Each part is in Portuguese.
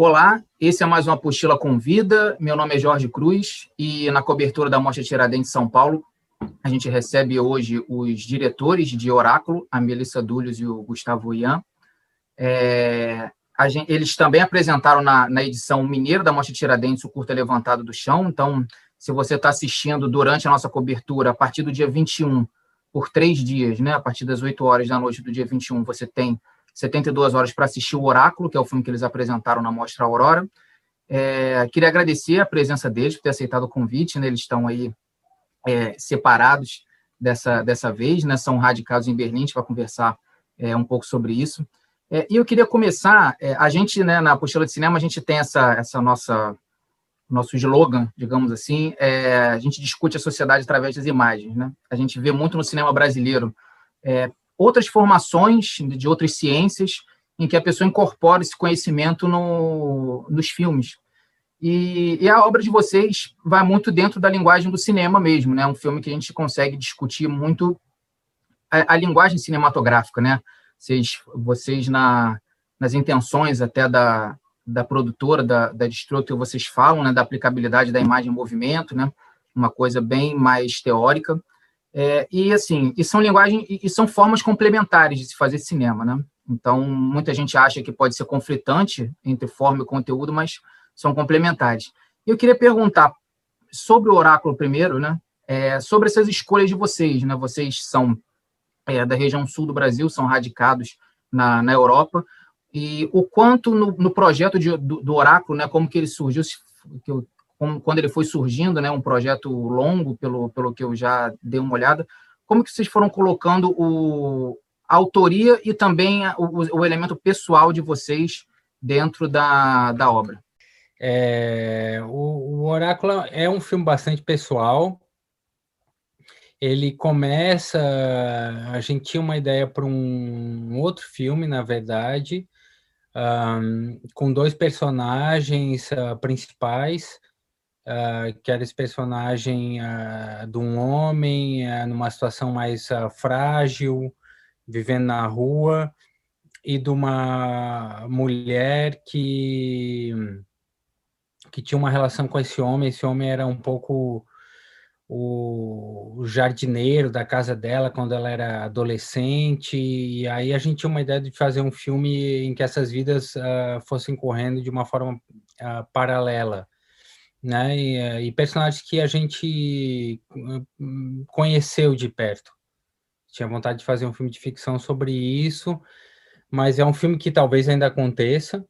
Olá, esse é mais uma Apostila com Vida. Meu nome é Jorge Cruz e na cobertura da Mostra Tiradentes São Paulo, a gente recebe hoje os diretores de Oráculo, a Melissa Dúlios e o Gustavo Ian. Eles também apresentaram na edição Mineiro da Mostra Tiradentes o curta Levantado do Chão. Então, se você está assistindo durante a nossa cobertura, a partir do dia 21, por 3 dias, né, a partir das 8 horas da noite do dia 21, você tem 72 horas para assistir o Oráculo, que é o filme que eles apresentaram na Mostra Aurora. Queria agradecer a presença deles, por ter aceitado o convite, né? Eles estão aí separados dessa vez, né? São radicados em Berlim, a gente vai conversar um pouco sobre isso. E eu queria começar, a gente, né, na Apostila de Cinema, a gente tem essa nosso slogan, digamos assim, a gente discute a sociedade através das imagens, né? A gente vê muito no cinema brasileiro outras formações de outras ciências em que a pessoa incorpora esse conhecimento nos filmes. E a obra de vocês vai muito dentro da linguagem do cinema mesmo, né? Um filme que a gente consegue discutir muito a linguagem cinematográfica, né? Vocês nas intenções até da produtora, da distribuidora, vocês falam, né, da aplicabilidade da imagem em movimento, né? Uma coisa bem mais teórica. E são linguagens e são formas complementares de se fazer cinema, né? Então, muita gente acha que pode ser conflitante entre forma e conteúdo, mas são complementares. E eu queria perguntar sobre o Oráculo primeiro, né? Sobre essas escolhas de vocês, né? Vocês são da região sul do Brasil, são radicados na Europa, e o quanto no projeto do Oráculo, né? Como que ele surgiu, quando ele foi surgindo, né, um projeto longo, pelo que eu já dei uma olhada, como que vocês foram colocando a autoria e também o elemento pessoal de vocês dentro da obra? O Oráculo é um filme bastante pessoal. Ele começa... A gente tinha uma ideia para um outro filme, na verdade, com 2 personagens principais, que era esse personagem de um homem numa situação mais frágil, vivendo na rua, e de uma mulher que tinha uma relação com esse homem. Esse homem era um pouco o jardineiro da casa dela quando ela era adolescente, e aí a gente tinha uma ideia de fazer um filme em que essas vidas fossem correndo de uma forma paralela, né? E personagens que a gente conheceu de perto. Tinha vontade de fazer um filme de ficção sobre isso, mas é um filme que talvez ainda aconteça,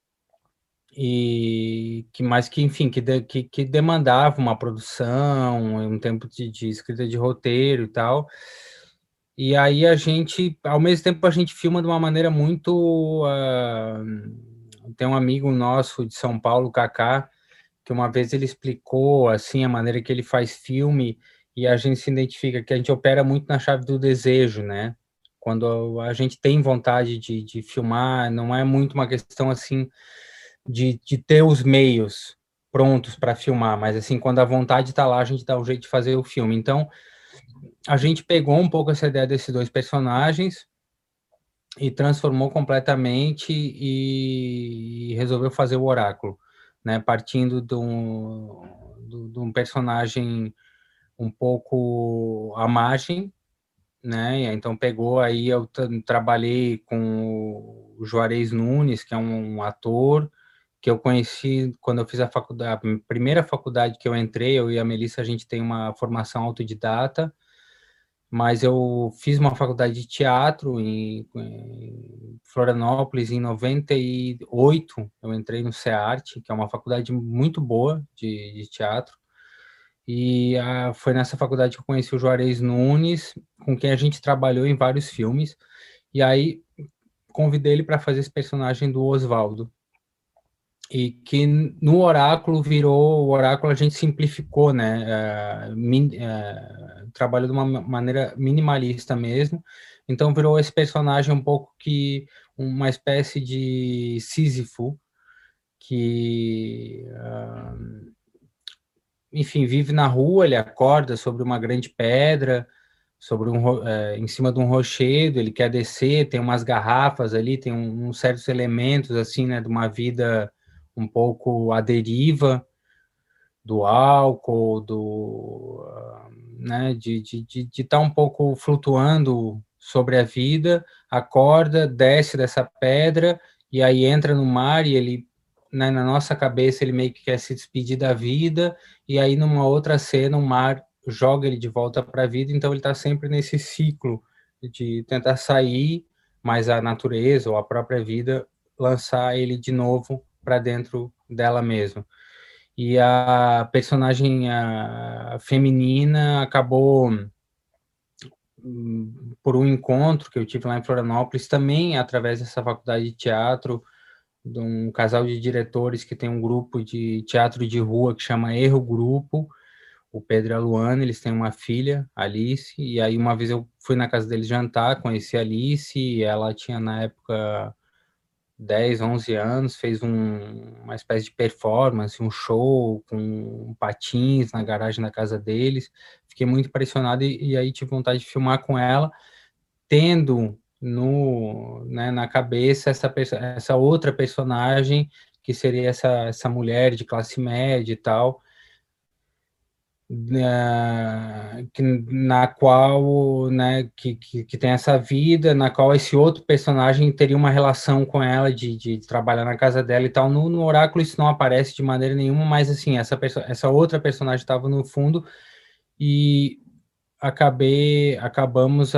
enfim, que demandava uma produção, um tempo de escrita de roteiro e tal. E aí ao mesmo tempo, a gente filma de uma maneira muito... tem um amigo nosso de São Paulo, Kaká, que uma vez ele explicou assim a maneira que ele faz filme, e a gente se identifica que a gente opera muito na chave do desejo, né? Quando a gente tem vontade de filmar, não é muito uma questão assim de ter os meios prontos para filmar, mas assim, quando a vontade está lá, a gente dá um jeito de fazer o filme. Então, a gente pegou um pouco essa ideia desses 2 personagens e transformou completamente e resolveu fazer o Oráculo, né? Partindo de um personagem um pouco à margem, né? Então pegou aí, eu trabalhei com o Juarez Nunes, que é um ator que eu conheci quando eu fiz a faculdade, a primeira faculdade que eu entrei. Eu e a Melissa, a gente tem uma formação autodidata, mas eu fiz uma faculdade de teatro em Florianópolis. Em 98 eu entrei no CEART, que é uma faculdade muito boa de teatro, e foi nessa faculdade que eu conheci o Juarez Nunes, com quem a gente trabalhou em vários filmes, e aí convidei ele para fazer esse personagem do Osvaldo, e que no Oráculo o Oráculo a gente simplificou, né? Trabalhou de uma maneira minimalista mesmo, então virou esse personagem um pouco que uma espécie de Sísifo, que enfim, vive na rua. Ele acorda sobre uma grande pedra, em cima de um rochedo. Ele quer descer, tem umas garrafas ali, tem uns certos elementos assim, né, de uma vida um pouco à deriva do álcool, né, de estar um pouco flutuando sobre a vida, acorda, desce dessa pedra e aí entra no mar e ele, né, na nossa cabeça ele meio que quer se despedir da vida e aí numa outra cena o mar joga ele de volta para a vida, então ele está sempre nesse ciclo de tentar sair, mas a natureza ou a própria vida lançar ele de novo para dentro dela mesma. E a personagem feminina acabou, por um encontro que eu tive lá em Florianópolis, também através dessa faculdade de teatro, de um casal de diretores que tem um grupo de teatro de rua que chama Erro Grupo, o Pedro e a Luana, eles têm uma filha, Alice, e aí uma vez eu fui na casa deles jantar, conheci a Alice, e ela tinha na época 10, 11 anos, fez uma espécie de performance, um show com patins na garagem da casa deles. Fiquei muito impressionado e aí tive vontade de filmar com ela, tendo né, na cabeça essa outra personagem, que seria essa mulher de classe média e tal, na qual, né, que tem essa vida, na qual esse outro personagem teria uma relação com ela de trabalhar na casa dela e tal. No Oráculo isso não aparece de maneira nenhuma, mas assim, essa outra personagem estava no fundo e acabamos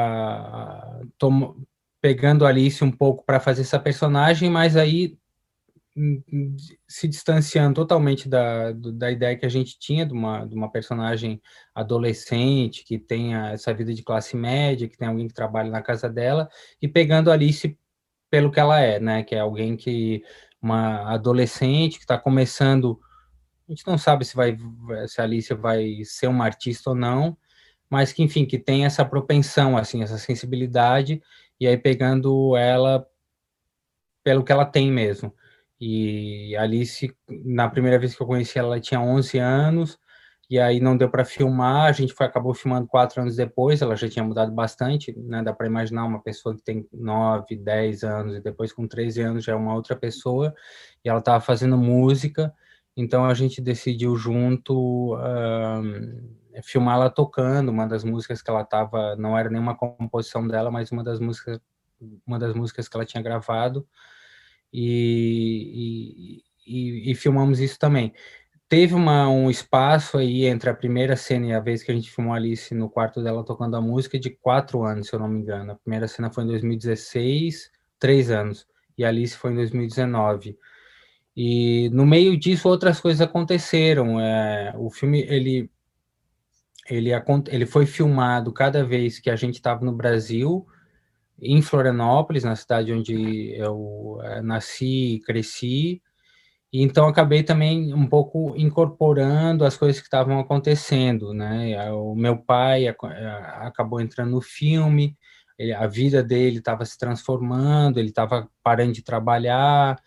pegando a Alice um pouco para fazer essa personagem, mas aí se distanciando totalmente da ideia que a gente tinha de uma personagem adolescente que tenha essa vida de classe média, que tem alguém que trabalha na casa dela, e pegando a Alice pelo que ela é, né? Que é alguém uma adolescente que está começando. A gente não sabe se a Alice vai ser uma artista ou não, mas que, enfim, que tem essa propensão, assim, essa sensibilidade, e aí pegando ela pelo que ela tem mesmo. E a Alice, na primeira vez que eu conheci ela tinha 11 anos, e aí não deu para filmar, a gente acabou filmando 4 anos depois, ela já tinha mudado bastante, né? Dá para imaginar uma pessoa que tem 9, 10 anos, e depois com 13 anos já é uma outra pessoa, e ela estava fazendo música, então a gente decidiu junto filmar ela tocando uma das músicas que ela estava, não era nenhuma composição dela, mas uma das músicas que ela tinha gravado, e filmamos isso também. Teve um espaço aí entre a primeira cena e a vez que a gente filmou a Alice no quarto dela tocando a música de 4 anos, se eu não me engano. A primeira cena foi em 2016, 3 anos, e a Alice foi em 2019. E no meio disso outras coisas aconteceram. O filme ele foi filmado cada vez que a gente estava no Brasil, em Florianópolis, na cidade onde eu nasci e cresci, e então acabei também um pouco incorporando as coisas que estavam acontecendo, né? O meu pai acabou entrando no filme, a vida dele estava se transformando, ele estava parando de trabalhar,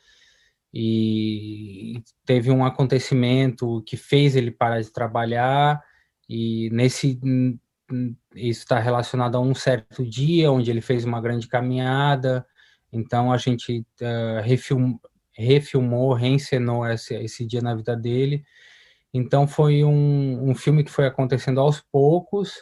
e teve um acontecimento que fez ele parar de trabalhar, e isso está relacionado a um certo dia onde ele fez uma grande caminhada, então a gente refilmou, reencenou esse dia na vida dele. Então foi um filme que foi acontecendo aos poucos,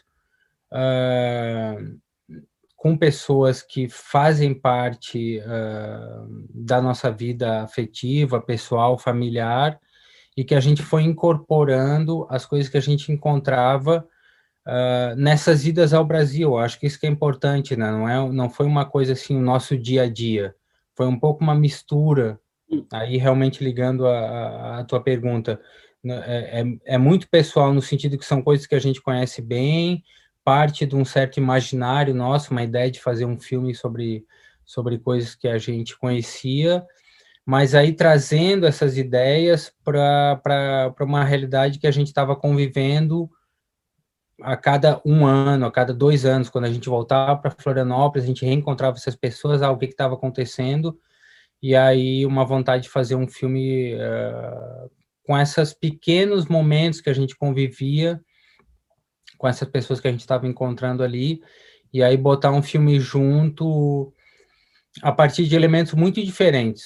com pessoas que fazem parte da nossa vida afetiva, pessoal, familiar, e que a gente foi incorporando as coisas que a gente encontrava nessas idas ao Brasil. Acho que isso que é importante, né? Não foi uma coisa assim, o nosso dia a dia. Foi um pouco uma mistura. Aí, realmente, ligando a tua pergunta, né, é muito pessoal no sentido que são coisas que a gente conhece bem, parte de um certo imaginário nosso, uma ideia de fazer um filme sobre coisas que a gente conhecia, mas aí trazendo essas ideias para uma realidade que a gente estava convivendo a cada um ano, a cada 2 anos, quando a gente voltava para Florianópolis, a gente reencontrava essas pessoas, o que estava acontecendo, e aí uma vontade de fazer um filme com esses pequenos momentos que a gente convivia, com essas pessoas que a gente estava encontrando ali, e aí botar um filme junto a partir de elementos muito diferentes,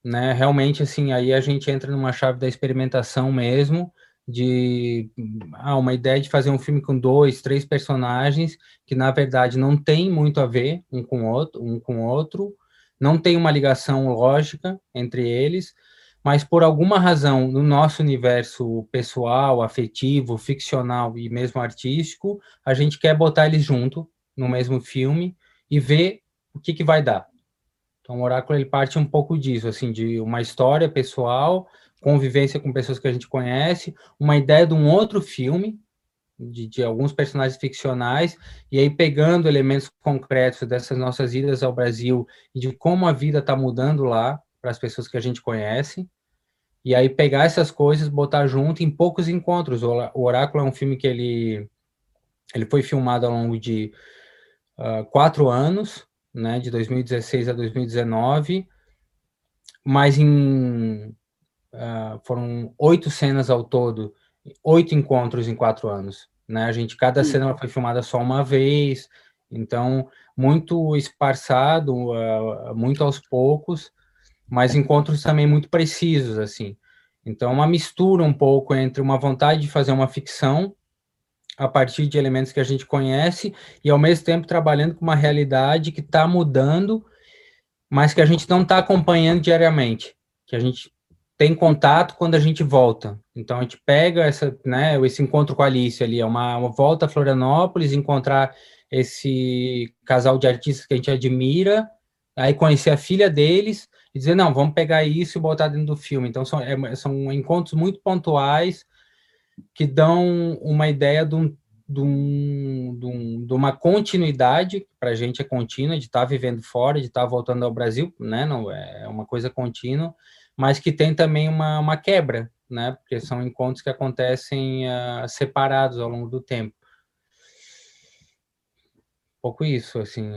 né? Realmente, assim, aí a gente entra numa chave da experimentação mesmo, de uma ideia de fazer um filme com 2, 3 personagens que, na verdade, não tem muito a ver um com o outro, não tem uma ligação lógica entre eles, mas por alguma razão, no nosso universo pessoal, afetivo, ficcional e mesmo artístico, a gente quer botar eles junto no mesmo filme e ver o que vai dar. Então, o Oráculo ele parte um pouco disso, assim, de uma história pessoal, convivência com pessoas que a gente conhece, uma ideia de um outro filme, de alguns personagens ficcionais, e aí pegando elementos concretos dessas nossas idas ao Brasil e de como a vida está mudando lá para as pessoas que a gente conhece, e aí pegar essas coisas, botar junto em poucos encontros. O Oráculo é um filme que ele foi filmado ao longo de 4 anos, né, de 2016 a 2019, mas foram 8 cenas ao todo, 8 encontros em 4 anos, né? Cada cena foi filmada só uma vez, então muito esparçado, muito aos poucos, mas encontros também muito precisos, assim. Então, uma mistura um pouco entre uma vontade de fazer uma ficção a partir de elementos que a gente conhece e, ao mesmo tempo, trabalhando com uma realidade que está mudando, mas que a gente não está acompanhando diariamente, que a gente tem contato quando a gente volta. Então, a gente pega esse encontro com a Alice ali, é uma volta a Florianópolis, encontrar esse casal de artistas que a gente admira, aí conhecer a filha deles e dizer, não, vamos pegar isso e botar dentro do filme. Então, são encontros muito pontuais que dão uma ideia de uma continuidade, para a gente é contínua, de estar vivendo fora, de estar voltando ao Brasil, né? Não é uma coisa contínua, mas que tem também uma quebra, né? Porque são encontros que acontecem separados ao longo do tempo. Um pouco isso, assim,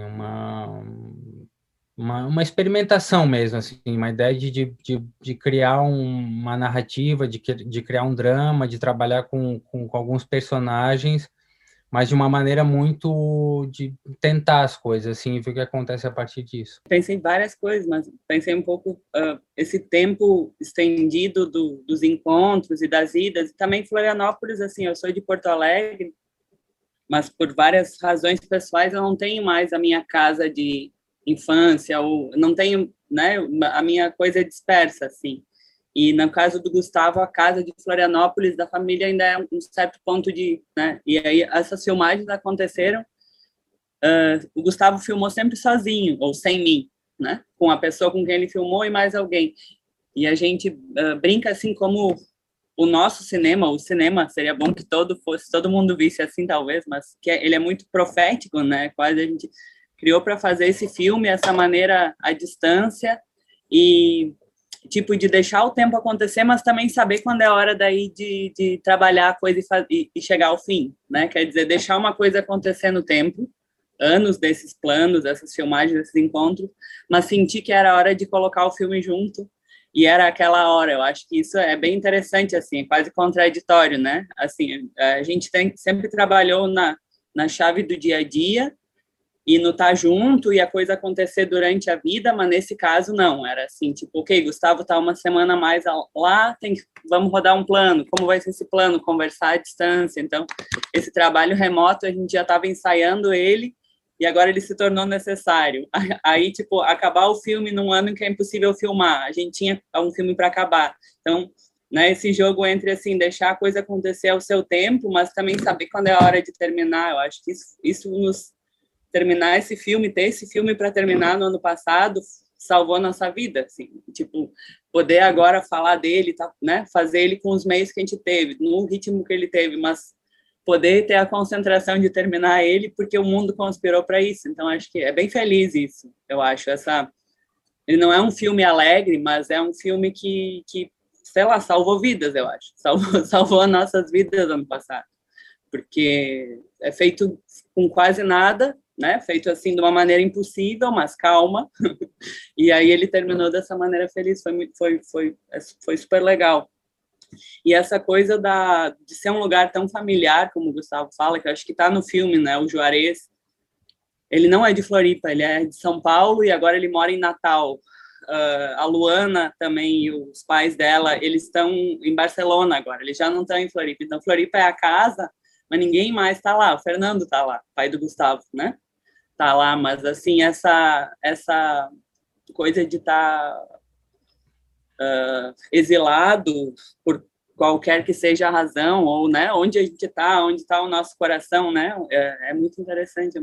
uma experimentação mesmo, assim, uma ideia de criar uma narrativa, de criar um drama, de trabalhar com alguns personagens, mas de uma maneira muito de tentar as coisas, assim, e ver o que acontece a partir disso. Pensei em várias coisas, mas pensei um pouco esse tempo estendido dos encontros e das idas, e também Florianópolis, assim, eu sou de Porto Alegre, mas por várias razões pessoais eu não tenho mais a minha casa de infância, ou não tenho, né, a minha coisa é dispersa, assim. E no caso do Gustavo, a casa de Florianópolis da família ainda é um certo ponto de, né, e aí essas filmagens aconteceram, o Gustavo filmou sempre sozinho, ou sem mim, né, com a pessoa com quem ele filmou e mais alguém. E a gente brinca assim como o nosso cinema, o cinema, seria bom que todo mundo visse assim, talvez, mas que ele é muito profético, né, quase a gente criou para fazer esse filme, essa maneira à distância, e tipo, de deixar o tempo acontecer, mas também saber quando é hora daí de trabalhar a coisa e chegar ao fim, né? Quer dizer, deixar uma coisa acontecer no tempo, anos desses planos, dessas filmagens, desses encontros, mas sentir que era hora de colocar o filme junto, e era aquela hora. Eu acho que isso é bem interessante, assim, é quase contraditório, né? Assim, a gente sempre trabalhou na chave do dia a dia, e no estar junto e a coisa acontecer durante a vida, mas nesse caso não, era assim, tipo, ok, Gustavo tá uma semana a mais lá, vamos rodar um plano, como vai ser esse plano, conversar à distância. Então, esse trabalho remoto, a gente já estava ensaiando ele, e agora ele se tornou necessário. Aí, tipo, acabar o filme num ano em que é impossível filmar, a gente tinha um filme para acabar. Então, né, esse jogo entre, assim, deixar a coisa acontecer ao seu tempo, mas também saber quando é a hora de terminar, eu acho que isso nos terminar esse filme, ter esse filme para terminar no ano passado, salvou a nossa vida, assim, tipo, poder agora falar dele, tá, né, fazer ele com os meios que a gente teve, no ritmo que ele teve, mas poder ter a concentração de terminar ele, porque o mundo conspirou para isso. Então, acho que é bem feliz isso, eu acho, ele não é um filme alegre, mas é um filme que sei lá, salvou vidas, eu acho, salvou as nossas vidas ano passado, porque é feito com quase nada, né? Feito assim de uma maneira impossível, mas calma. E aí ele terminou dessa maneira feliz. Foi super legal. E essa coisa de ser um lugar tão familiar, como o Gustavo fala, que eu acho que está no filme, né? O Juarez, ele não é de Floripa, ele é de São Paulo e agora ele mora em Natal. a Luana também e os pais dela, eles estão em Barcelona agora, eles já não estão em Floripa. Então, Floripa é a casa, mas ninguém mais está lá. O Fernando está lá, pai do Gustavo, né? Está lá, mas, assim, essa coisa de estar exilado por qualquer que seja a razão, ou, né, onde a gente está, onde está o nosso coração, né? É muito interessante,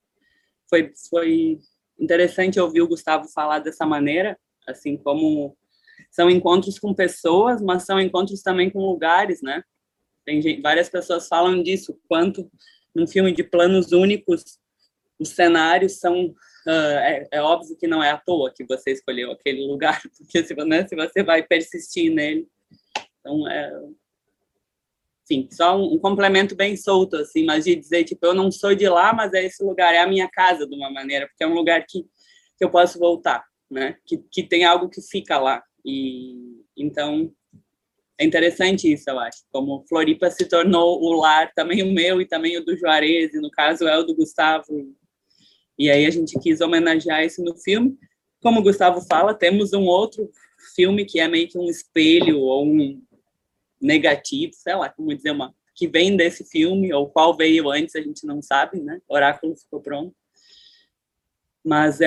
foi interessante ouvir o Gustavo falar dessa maneira, assim, como são encontros com pessoas, mas são encontros também com lugares, né? Várias pessoas falam disso, quanto num filme de planos únicos, os cenários são... é óbvio que não é à toa que você escolheu aquele lugar, porque se você vai persistir nele. Então, sim, só um complemento bem solto, assim, mas de dizer, tipo, eu não sou de lá, mas esse lugar é a minha casa, de uma maneira, porque é um lugar que eu posso voltar, né? Que tem algo que fica lá. E, então, é interessante isso, eu acho. Como Floripa se tornou o lar, também o meu e também o do Juarez, e no caso é o do Gustavo. E aí a gente quis homenagear isso no filme. Como o Gustavo fala, temos um outro filme que é meio que um espelho ou um negativo, sei lá, como dizer, que vem desse filme, ou qual veio antes, a gente não sabe, né? Oráculo ficou pronto. Mas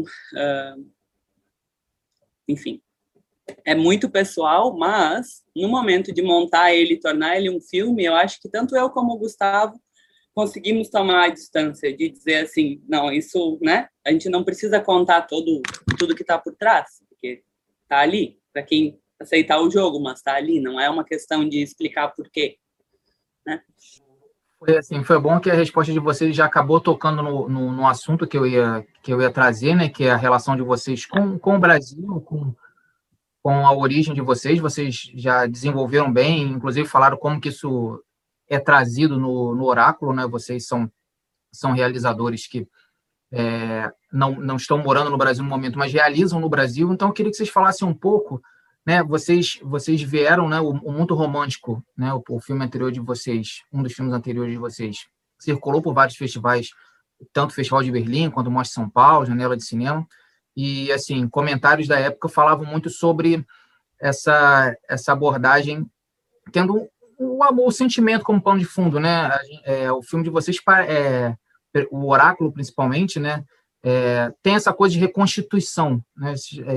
enfim, é muito pessoal, mas no momento de montar ele e tornar ele um filme, eu acho que tanto eu como o Gustavo conseguimos tomar a distância de dizer assim, não, isso, né? A gente não precisa contar tudo que está por trás, porque está ali, para quem aceitar o jogo, mas está ali, não é uma questão de explicar por quê, né? Foi bom que a resposta de vocês já acabou tocando no assunto que eu ia trazer, né, que é a relação de vocês com o Brasil, com a origem de vocês. Vocês já desenvolveram bem, inclusive falaram como que isso é trazido no Oráculo, né? Vocês são realizadores que não estão morando no Brasil no momento, mas realizam no Brasil. Então, eu queria que vocês falassem um pouco, né? Vocês vieram, né? O Mundo Romântico, né? O filme anterior de vocês, um dos filmes anteriores de vocês, circulou por vários festivais, tanto o Festival de Berlim quanto o Mostra São Paulo, Janela de Cinema. E, assim, comentários da época falavam muito sobre essa abordagem, tendo o sentimento como pano de fundo, né? O filme de vocês, o Oráculo, principalmente, né? Tem essa coisa de reconstituição, né?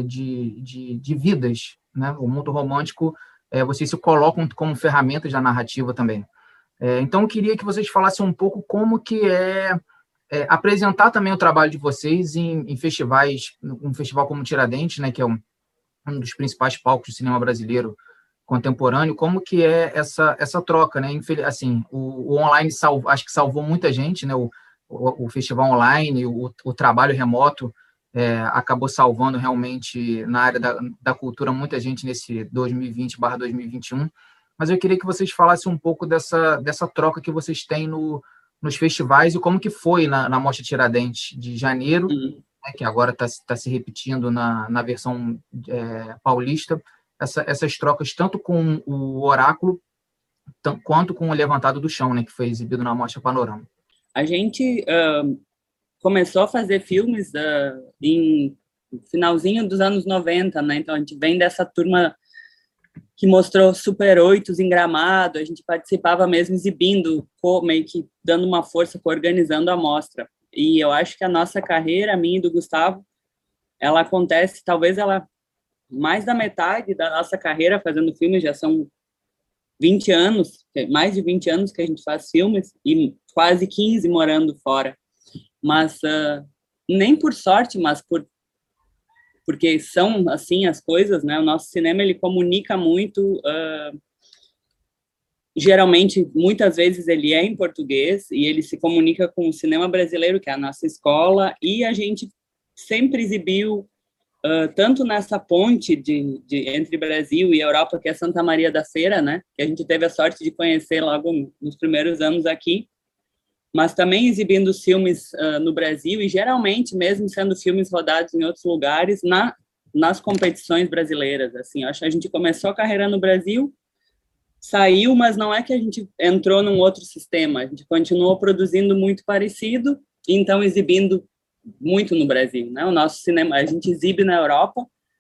De vidas, né? O Mundo Romântico, vocês se colocam como ferramentas da narrativa também. Então, eu queria que vocês falassem um pouco como que apresentar também o trabalho de vocês em festivais, um festival como Tiradentes, né? Que é um dos principais palcos do cinema brasileiro contemporâneo, como que é essa troca, né? Assim, o online acho que salvou muita gente, né? O festival online, o trabalho remoto acabou salvando realmente na área da cultura muita gente nesse 2020/2021. Mas eu queria que vocês falassem um pouco dessa troca que vocês têm nos festivais e como que foi na Mostra Tiradentes de janeiro, né, que agora está se repetindo na versão paulista, essas trocas tanto com o Oráculo quanto com o Levantado do Chão, né, que foi exibido na Mostra Panorama. A gente começou a fazer filmes em finalzinho dos anos 90, né? Então a gente vem dessa turma que mostrou Super 8 em Gramado, a gente participava mesmo exibindo, meio que dando uma força, organizando a mostra. E eu acho que a nossa carreira, a minha e do Gustavo, ela acontece, talvez ela mais da metade da nossa carreira fazendo filmes, já são 20 anos, mais de 20 anos que a gente faz filmes, e quase 15 morando fora. Mas nem por sorte, mas porque são assim as coisas, né? O nosso cinema, ele comunica muito, geralmente, muitas vezes ele é em português e ele se comunica com o cinema brasileiro, que é a nossa escola, e a gente sempre exibiu tanto nessa ponte entre Brasil e Europa, que é Santa Maria da Feira, né? Que a gente teve a sorte de conhecer logo nos primeiros anos aqui, mas também exibindo os filmes no Brasil e geralmente mesmo sendo filmes rodados em outros lugares nas competições brasileiras. Assim, acho que a gente começou a carreira no Brasil, saiu, mas não é que a gente entrou num outro sistema, a gente continuou produzindo muito parecido e então exibindo muito no Brasil, né? O nosso cinema, a gente exibe na Europa,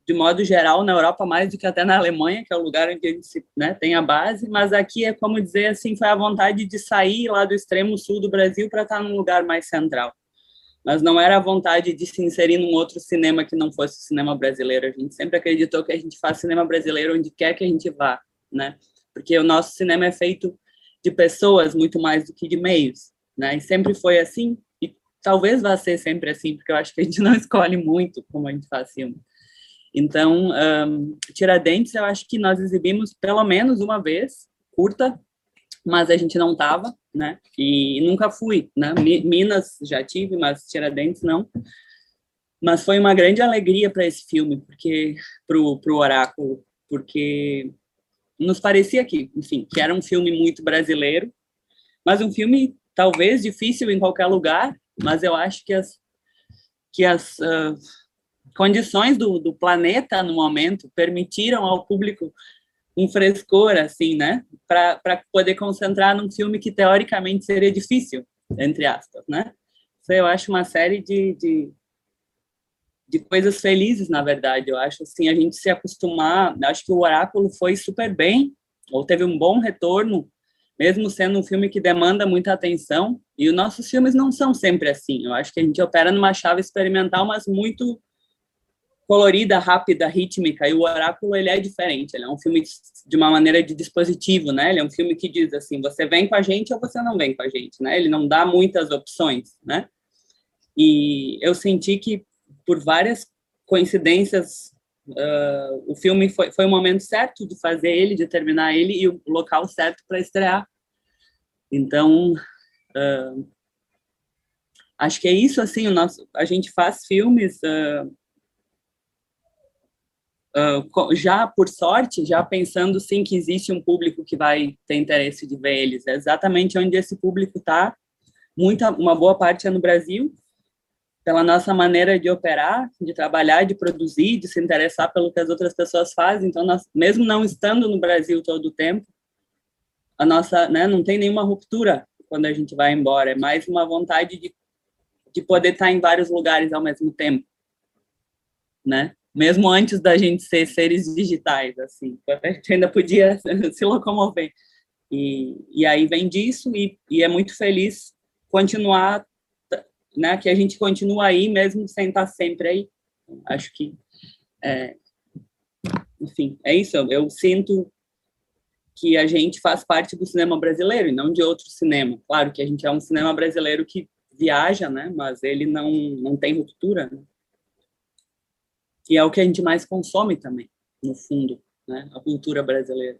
de modo geral, na Europa, mais do que até na Alemanha, que é o lugar onde a gente, né, tem a base, mas aqui é como dizer assim, foi a vontade de sair lá do extremo sul do Brasil para estar num lugar mais central. Mas não era a vontade de se inserir num outro cinema que não fosse o cinema brasileiro. A gente sempre acreditou que a gente faz cinema brasileiro onde quer que a gente vá, né? Porque o nosso cinema é feito de pessoas muito mais do que de meios, né? E sempre foi assim, e talvez vá ser sempre assim, porque eu acho que a gente não escolhe muito como a gente faz filme. Então, Tiradentes, eu acho que nós exibimos pelo menos uma vez, curta, mas a gente não estava, né? E nunca fui, né? Minas já tive, mas Tiradentes não. Mas foi uma grande alegria para esse filme, porque pro Oráculo, porque nos parecia que, enfim, que era um filme muito brasileiro, mas um filme talvez difícil em qualquer lugar, mas eu acho que as condições do planeta no momento permitiram ao público um frescor, assim, né, para poder concentrar num filme que teoricamente seria difícil, entre aspas, né? Isso eu acho uma série de coisas felizes, na verdade. Eu acho assim, a gente se acostumar, acho que o Oráculo foi super bem, ou teve um bom retorno, mesmo sendo um filme que demanda muita atenção, e os nossos filmes não são sempre assim. Eu acho que a gente opera numa chave experimental, mas muito colorida, rápida, rítmica, e o Oráculo, ele é diferente, ele é um filme de uma maneira de dispositivo, né? Ele é um filme que diz assim, você vem com a gente ou você não vem com a gente, né? Ele não dá muitas opções, né? E eu senti que, por várias coincidências, o filme foi o momento certo de fazer ele, de terminar ele, e o local certo para estrear. Então, acho que é isso, assim, a gente faz filmes... já por sorte, já pensando sim que existe um público que vai ter interesse de ver eles. É exatamente onde esse público está. Uma boa parte é no Brasil, pela nossa maneira de operar, de trabalhar, de produzir, de se interessar pelo que as outras pessoas fazem. Então, nós, mesmo não estando no Brasil todo o tempo, a nossa, né, não tem nenhuma ruptura quando a gente vai embora. É mais uma vontade de poder estar em vários lugares ao mesmo tempo, né? Mesmo antes da gente ser seres digitais, assim, a gente ainda podia se locomover. E aí vem disso, e é muito feliz continuar, né, que a gente continua aí, mesmo sem estar sempre aí. Acho que, enfim, é isso. Eu sinto que a gente faz parte do cinema brasileiro, e não de outro cinema. Claro que a gente é um cinema brasileiro que viaja, né, mas ele não tem ruptura, né? Que é o que a gente mais consome também, no fundo, né? A cultura brasileira.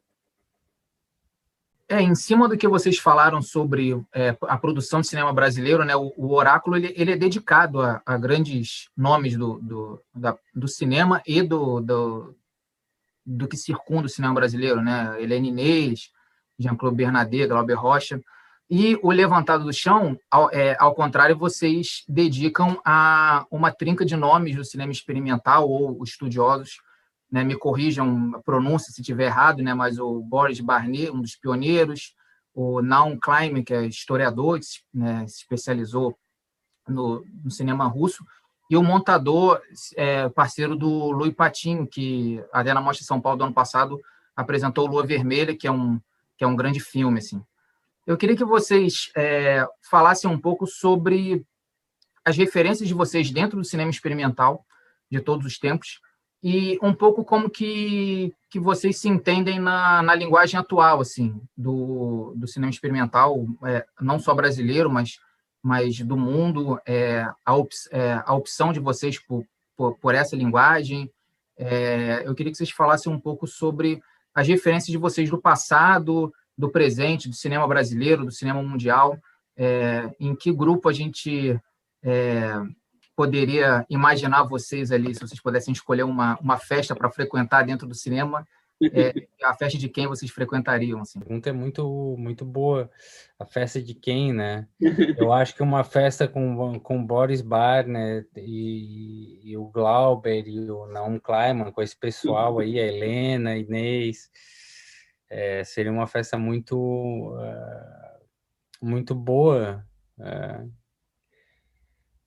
Em cima do que vocês falaram sobre a produção de cinema brasileiro, né, o Oráculo ele é dedicado a grandes nomes do cinema e do que circunda o cinema brasileiro, né? Helena Inês, Jean-Claude Bernardet, Glauber Rocha. E o Levantado do Chão, ao contrário, vocês dedicam a uma trinca de nomes do cinema experimental ou estudiosos, né? Me corrijam a pronúncia se estiver errado, né? Mas o Boris Barnet, um dos pioneiros, o Naum Klein, que é historiador, que se especializou no cinema russo, e o montador, parceiro do Louis Patinho, que até na Mostra de São Paulo do ano passado apresentou Lua Vermelha, que é um grande filme, assim. Eu queria que vocês falassem um pouco sobre as referências de vocês dentro do cinema experimental de todos os tempos e um pouco como que vocês se entendem na linguagem atual, assim, do cinema experimental, não só brasileiro, mas do mundo, a opção de vocês por essa linguagem. Eu queria que vocês falassem um pouco sobre as referências de vocês do passado, do presente, do cinema brasileiro, do cinema mundial, em que grupo a gente poderia imaginar vocês ali, se vocês pudessem escolher uma festa para frequentar dentro do cinema, a festa de quem vocês frequentariam? Assim? A pergunta é muito, muito boa. A festa de quem, né? Eu acho que uma festa com Boris Barnet e o Glauber e o Naum Kleiman, com esse pessoal aí, a Helena, a Inês, seria uma festa muito, muito boa.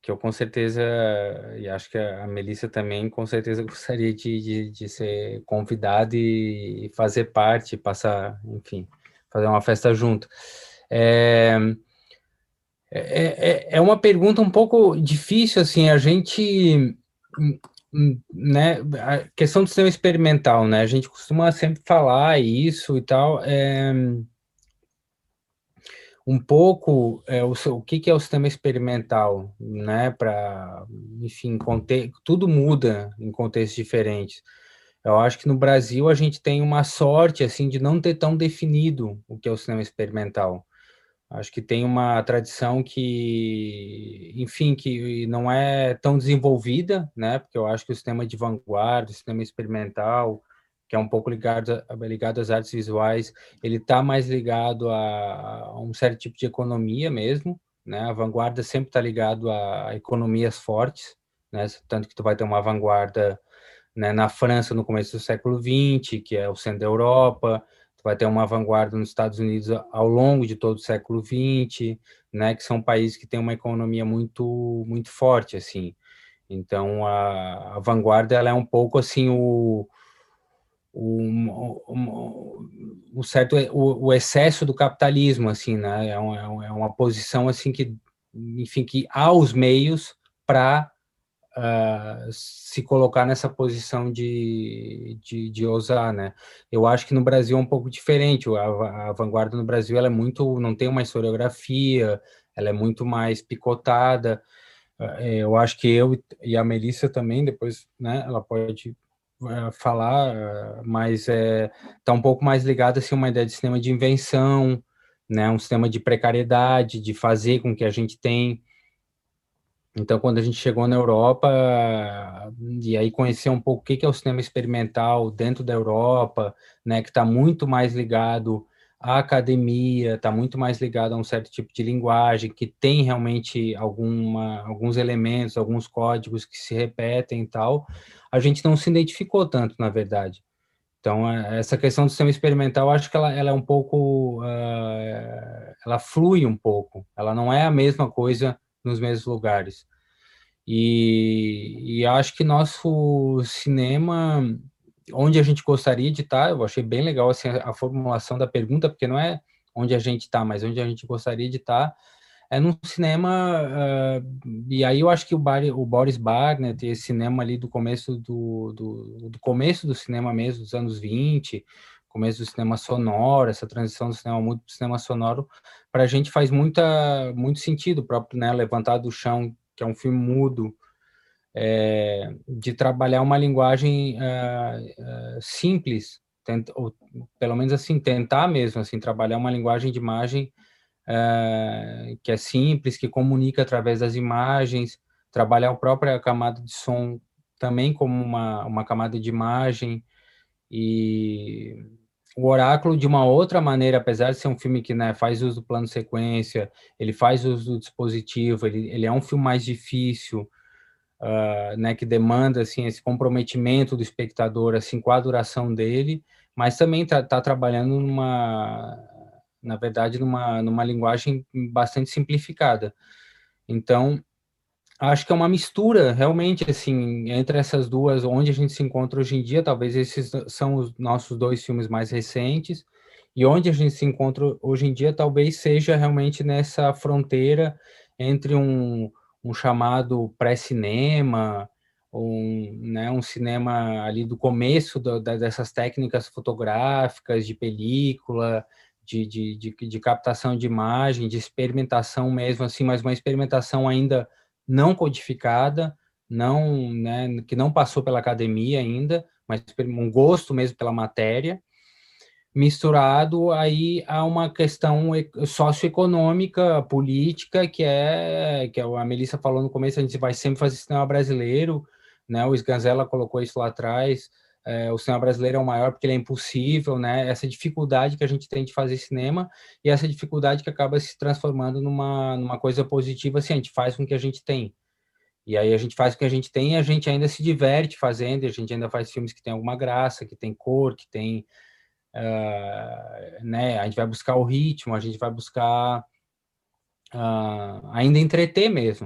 que eu com certeza, e acho que a Melissa também com certeza gostaria de ser convidada e fazer parte, passar, enfim, fazer uma festa junto. É uma pergunta um pouco difícil, assim, a gente, né, a questão do sistema experimental, né, a gente costuma sempre falar isso e tal, um pouco o que é o sistema experimental, né? Para, enfim, tudo muda em contextos diferentes. Eu acho que no Brasil a gente tem uma sorte assim de não ter tão definido o que é o cinema experimental. Acho que tem uma tradição que, enfim, que não é tão desenvolvida, né? Porque eu acho que o cinema de vanguarda, o cinema experimental, que é um pouco ligado às artes visuais, ele está mais ligado a um certo tipo de economia mesmo, né? A vanguarda sempre está ligado a economias fortes, né? Tanto que tu vai ter uma vanguarda, né, na França no começo do século XX, que é o centro da Europa, tu vai ter uma vanguarda nos Estados Unidos ao longo de todo o século XX, né, que são países que têm uma economia muito forte, assim. Então, a vanguarda, ela é um pouco, assim, o excesso do capitalismo, assim, né, é uma posição, assim, que, enfim, que há os meios para se colocar nessa posição de ousar, né? Eu acho que no Brasil é um pouco diferente. A vanguarda no Brasil ela é muito, não tem uma historiografia, ela é muito mais picotada. Eu acho que eu e a Melissa também, depois, né? Ela pode falar, mas tá um pouco mais ligada assim, a uma ideia de cinema de invenção, né? Um sistema de precariedade, de fazer com que a gente tem. Então, quando a gente chegou na Europa, e aí conhecer um pouco o que é o cinema experimental dentro da Europa, né, que está muito mais ligado à academia, está muito mais ligado a um certo tipo de linguagem, que tem realmente alguns elementos, alguns códigos que se repetem e tal, a gente não se identificou tanto, na verdade. Então, essa questão do sistema experimental, acho que ela é um pouco, ela flui um pouco, ela não é a mesma coisa nos mesmos lugares. E acho que nosso cinema, onde a gente gostaria de estar, eu achei bem legal assim, a formulação da pergunta, porque não é onde a gente está, mas onde a gente gostaria de estar, é num cinema, e aí eu acho que o Boris Barner, tem esse cinema ali do começo do começo do cinema mesmo, dos anos 20, começo do cinema sonoro, essa transição do cinema mudo para o cinema sonoro, para a gente faz muito sentido, o próprio, né, Levantado do Chão, que é um filme mudo, de trabalhar uma linguagem simples, ou pelo menos assim, tentar mesmo assim, trabalhar uma linguagem de imagem que é simples, que comunica através das imagens, trabalhar a própria camada de som também como uma camada de imagem, e o Oráculo, de uma outra maneira, apesar de ser um filme que, né, faz uso do plano sequência, ele faz uso do dispositivo, ele é um filme mais difícil, né, que demanda assim, esse comprometimento do espectador assim, com a duração dele, mas também tá trabalhando na verdade, numa linguagem bastante simplificada. Então, acho que é uma mistura, realmente, assim, entre essas duas, onde a gente se encontra hoje em dia, talvez esses são os nossos dois filmes mais recentes, e onde a gente se encontra hoje em dia, talvez seja realmente nessa fronteira entre um chamado pré-cinema, né, um cinema ali do começo dessas técnicas fotográficas, de película, de captação de imagem, de experimentação mesmo, assim, mas uma experimentação ainda não codificada, não, né, que não passou pela academia ainda, mas um gosto mesmo pela matéria, misturado aí a uma questão socioeconômica, política, que a Melissa falou no começo, a gente vai sempre fazer cinema brasileiro, né? O Sganzella colocou isso lá atrás, o cinema brasileiro é o maior porque ele é impossível, né? Essa dificuldade que a gente tem de fazer cinema e essa dificuldade que acaba se transformando numa coisa positiva, assim, a gente faz com o que a gente tem. E aí a gente faz o que a gente tem e a gente ainda se diverte fazendo, e a gente ainda faz filmes que tem alguma graça, que tem cor, que tem né? A gente vai buscar o ritmo, a gente vai buscar ainda entreter mesmo,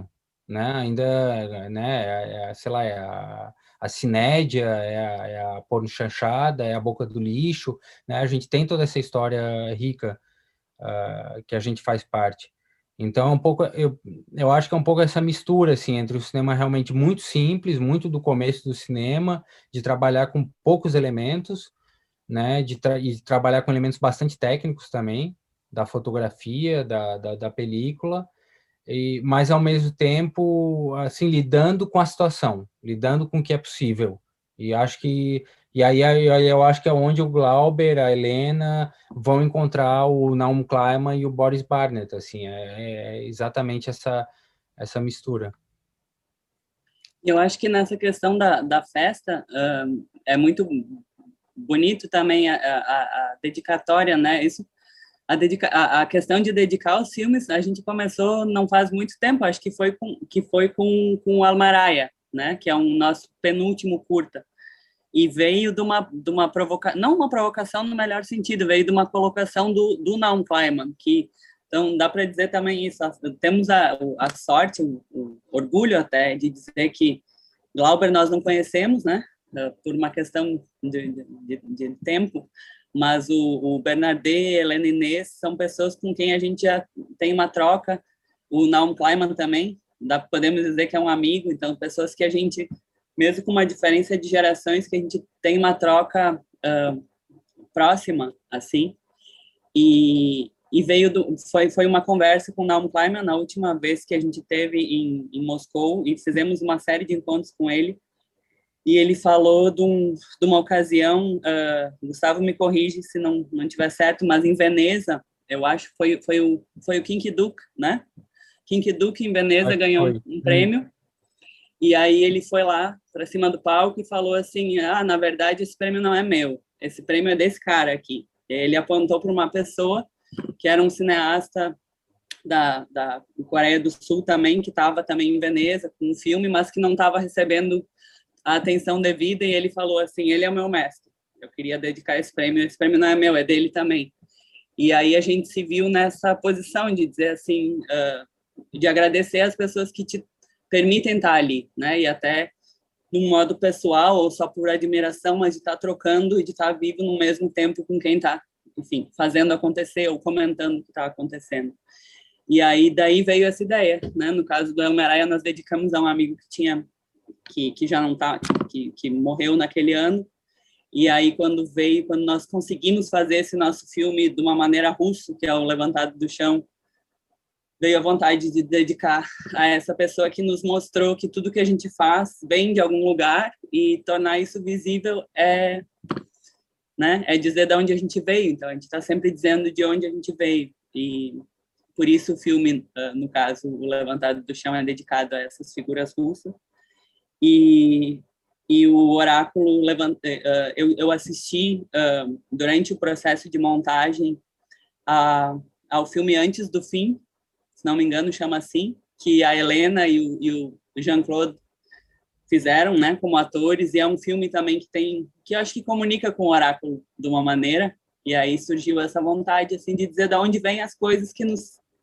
né? Ainda, né? Sei lá, a cinédia, é a porno-chanchada, é a boca do lixo, né? A gente tem toda essa história rica que a gente faz parte. Então, é um pouco, eu acho que é um pouco essa mistura, assim, entre o cinema realmente muito simples, muito do começo do cinema, de trabalhar com poucos elementos, né, e trabalhar com elementos bastante técnicos também, da fotografia, da película, mas ao mesmo tempo, assim, lidando com a situação, lidando com o que é possível. E acho que aí eu acho que é onde o Glauber, a Helena vão encontrar o Naum Kleiman e o Boris Barnett, assim, é exatamente essa mistura. Eu acho que nessa questão da festa é muito bonito também a dedicatória, né? Isso, a questão de dedicar os filmes, a gente começou não faz muito tempo, acho que foi com o Almaraia, né? Que é um nosso penúltimo curta. E veio de uma provocação, não uma provocação no melhor sentido, veio de uma colocação do Naum Kleiman, que então dá para dizer também isso, temos a sorte, o orgulho até de dizer que Glauber nós não conhecemos, né, por uma questão de tempo, mas o Bernardet, Helena Inês são pessoas com quem a gente já tem uma troca, o Naum Kleiman também, podemos dizer que é um amigo, então pessoas que a gente, mesmo com uma diferença de gerações, que a gente tem uma troca próxima, assim, e foi uma conversa com o Naum Kleiman na última vez que a gente teve em Moscou, e fizemos uma série de encontros com ele, e ele falou de uma ocasião, Gustavo me corrige se não tiver certo, mas em Veneza, eu acho, foi o Kinky Duke, né? Kinky Duke em Veneza ganhou um prêmio, e aí ele foi lá para cima do palco e falou assim, na verdade esse prêmio não é meu, esse prêmio é desse cara aqui. Ele apontou para uma pessoa que era um cineasta da Coreia do Sul também, que estava também em Veneza com um filme, mas que não estava recebendo a atenção devida, e ele falou assim, ele é o meu mestre, eu queria dedicar esse prêmio não é meu, é dele também. E aí a gente se viu nessa posição de dizer assim, de agradecer as pessoas que te permitem estar ali, né? E até de um modo pessoal ou só por admiração, mas de estar trocando e de estar vivo no mesmo tempo com quem está, enfim, fazendo acontecer ou comentando o que está acontecendo. E aí daí veio essa ideia, né? No caso do Almeraia, nós dedicamos a um amigo que já não está, que morreu naquele ano. E aí quando nós conseguimos fazer esse nosso filme de uma maneira russa, que é o Levantado do Chão, veio a vontade de dedicar a essa pessoa que nos mostrou que tudo que a gente faz vem de algum lugar, e tornar isso visível né, é dizer de onde a gente veio. Então, a gente está sempre dizendo de onde a gente veio. E por isso o filme, no caso, O Levantado do Chão, é dedicado a essas figuras russas. E o Oráculo, eu assisti durante o processo de montagem ao filme Antes do Fim, se não me engano, chama assim, que a Helena e o Jean-Claude fizeram, né, como atores, e é um filme também que eu acho que comunica com o Oráculo de uma maneira, e aí surgiu essa vontade, assim, de dizer de onde vêm as coisas que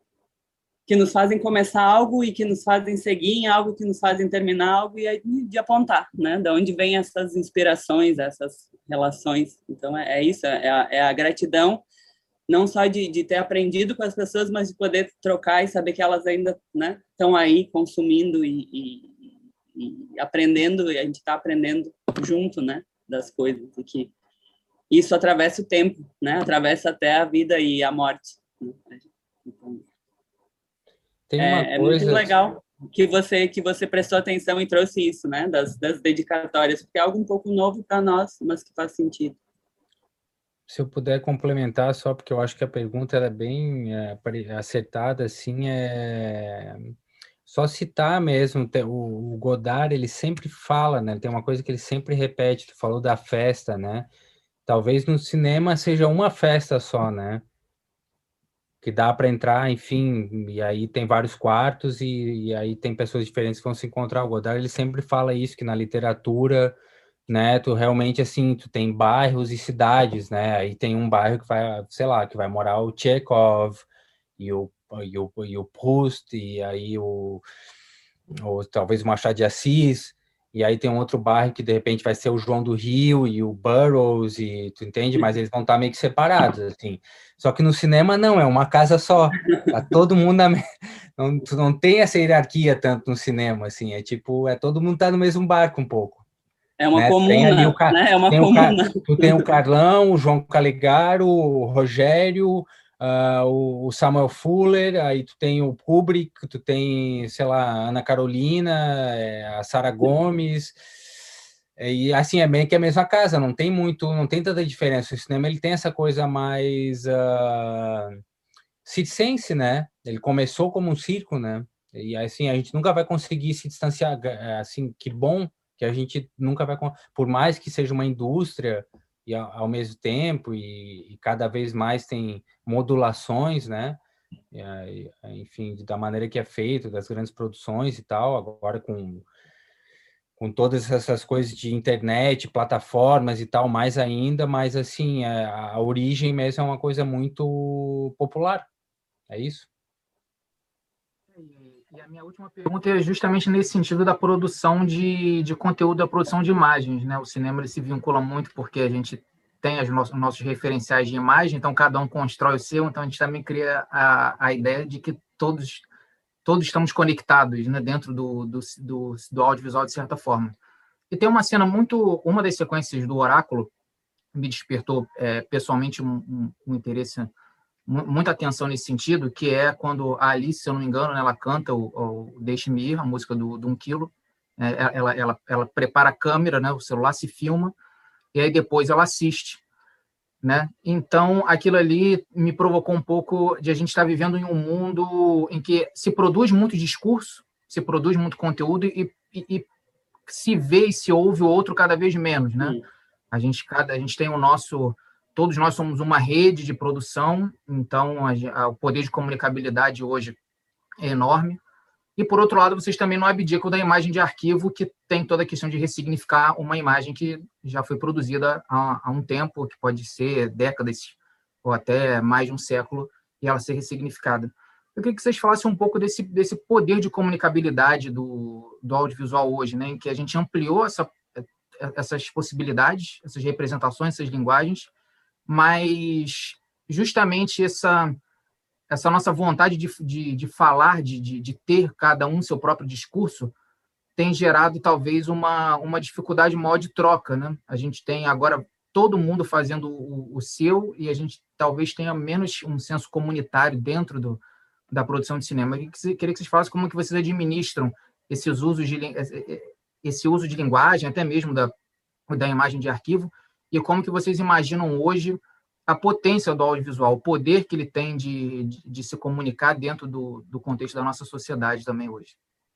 nos fazem começar algo e que nos fazem seguir em algo, que nos fazem terminar algo, e aí de apontar, né, de onde vêm essas inspirações, essas relações. Então, é isso, é a gratidão, não só de ter aprendido com as pessoas, mas de poder trocar e saber que elas ainda, né, estão aí consumindo e aprendendo, e a gente está aprendendo junto, né, das coisas, e que isso atravessa o tempo, né, atravessa até a vida e a morte. Então, tem uma coisa... muito legal que você prestou atenção e trouxe isso, né, das dedicatórias, porque é algo um pouco novo para nós, mas que faz sentido. Se eu puder complementar, só porque eu acho que a pergunta era bem acertada, assim, só citar mesmo, o Godard, ele sempre fala, né, tem uma coisa que ele sempre repete, tu falou da festa, né, talvez no cinema seja uma festa só, né, que dá para entrar, enfim, e aí tem vários quartos e aí tem pessoas diferentes que vão se encontrar. O Godard, ele sempre fala isso, que na literatura, né, tu realmente, assim, tu tem bairros e cidades, né, aí tem um bairro que vai, sei lá, que vai morar o Chekhov e o Proust, e aí ou talvez o Machado de Assis, e aí tem um outro bairro que de repente vai ser o João do Rio e o Burroughs, e tu entende? Mas eles vão estar meio que separados, assim. Só que no cinema não, é uma casa só. Tá todo mundo não, tu não tem essa hierarquia tanto no cinema, assim. É tipo, todo mundo tá no mesmo barco um pouco. É uma Né? comuna, né? É uma comuna. Tu tem o Carlão, o João Calegaro, o Rogério, o Samuel Fuller, aí tu tem o Kubrick, tu tem, sei lá, a Ana Carolina, a Sara Gomes, e assim, é bem que a mesma casa, não tem tanta diferença. O cinema, ele tem essa coisa mais circense, né? Ele começou como um circo, né? E assim, a gente nunca vai conseguir se distanciar, assim, que bom que a gente nunca vai, por mais que seja uma indústria e ao mesmo tempo e cada vez mais tem modulações, né? Enfim, da maneira que é feito, das grandes produções e tal, agora com todas essas coisas de internet, plataformas e tal, mais ainda, mas assim, a origem mesmo é uma coisa muito popular, é isso? E a minha última pergunta é justamente nesse sentido da produção de conteúdo, da produção de imagens, né? O cinema ele se vincula muito porque a gente tem os nossos referenciais de imagem, então cada um constrói o seu, então a gente também cria a ideia de que todos estamos conectados, né, dentro do audiovisual de certa forma. E tem uma cena uma das sequências do Oráculo me despertou pessoalmente um interesse, muita atenção nesse sentido, que é quando a Alice, se eu não me engano, né, ela canta o Deixe-me Ir, a música do 1 Quilo, ela prepara a câmera, né, o celular se filma, e aí depois ela assiste. Né? Então, aquilo ali me provocou um pouco de a gente estar vivendo em um mundo em que se produz muito discurso, se produz muito conteúdo e se vê e se ouve o outro cada vez menos, né? A gente tem todos nós somos uma rede de produção, então o poder de comunicabilidade hoje é enorme. E, por outro lado, vocês também não abdicam da imagem de arquivo, que tem toda a questão de ressignificar uma imagem que já foi produzida há um tempo, que pode ser décadas ou até mais de um século, e ela ser ressignificada. Eu queria que vocês falassem um pouco desse poder de comunicabilidade do audiovisual hoje, né, em que a gente ampliou essas possibilidades, essas representações, essas linguagens, mas justamente essa nossa vontade de falar, de ter cada um seu próprio discurso, tem gerado talvez uma dificuldade maior de troca, né? A gente tem agora todo mundo fazendo o seu e a gente talvez tenha menos um senso comunitário dentro da produção de cinema. Eu queria que vocês falassem como que vocês administram esse uso de linguagem, até mesmo da imagem de arquivo, e como que vocês imaginam hoje a potência do audiovisual, o poder que ele tem de se comunicar dentro do contexto da nossa sociedade também hoje.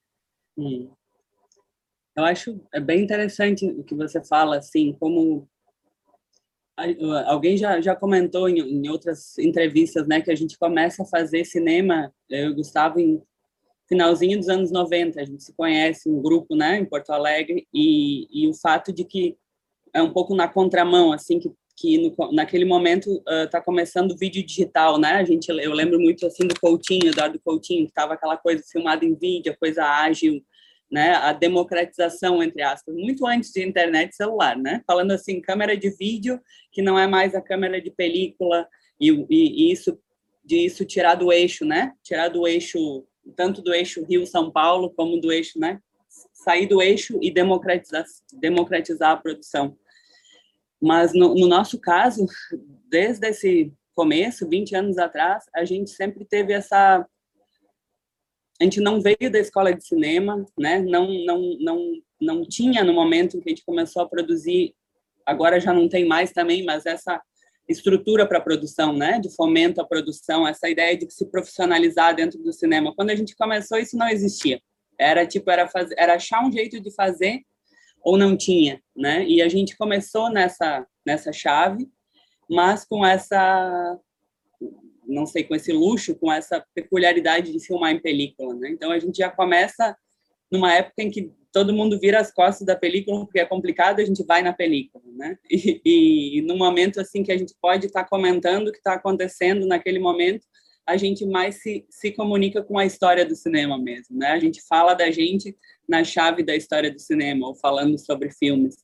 Eu acho bem interessante o que você fala, assim, como alguém já comentou em outras entrevistas, né, que a gente começa a fazer cinema, eu e o Gustavo, em finalzinho dos anos 90, a gente se conhece, um grupo, né, em Porto Alegre, e o fato de que é um pouco na contramão, assim, que naquele momento está começando o vídeo digital, né? Eu lembro muito assim do Coutinho, Eduardo Coutinho, que estava aquela coisa filmada em vídeo, a coisa ágil, né? A democratização, entre aspas, muito antes de internet e celular, né? Falando assim, câmera de vídeo, que não é mais a câmera de película, e isso tirar do eixo, né? Tirar do eixo, tanto do eixo Rio-São Paulo, como do eixo, né? Sair do eixo e democratizar a produção. Mas, no nosso caso, desde esse começo, 20 anos atrás, a gente sempre teve essa... A gente não veio da escola de cinema, né? Não tinha, no momento em que a gente começou a produzir, agora já não tem mais também, mas essa estrutura para a produção, né? De fomento à produção, essa ideia de se profissionalizar dentro do cinema. Quando a gente começou, isso não existia. Era achar um jeito de fazer ou não tinha, né? E a gente começou nessa chave, mas com essa, não sei, com esse luxo, com essa peculiaridade de filmar em película, né? Então a gente já começa numa época em que todo mundo vira as costas da película porque é complicado, a gente vai na película, né? E num momento assim que a gente pode estar comentando o que está acontecendo naquele momento, a gente mais se comunica com a história do cinema mesmo, né? A gente fala da gente na chave da história do cinema, ou falando sobre filmes.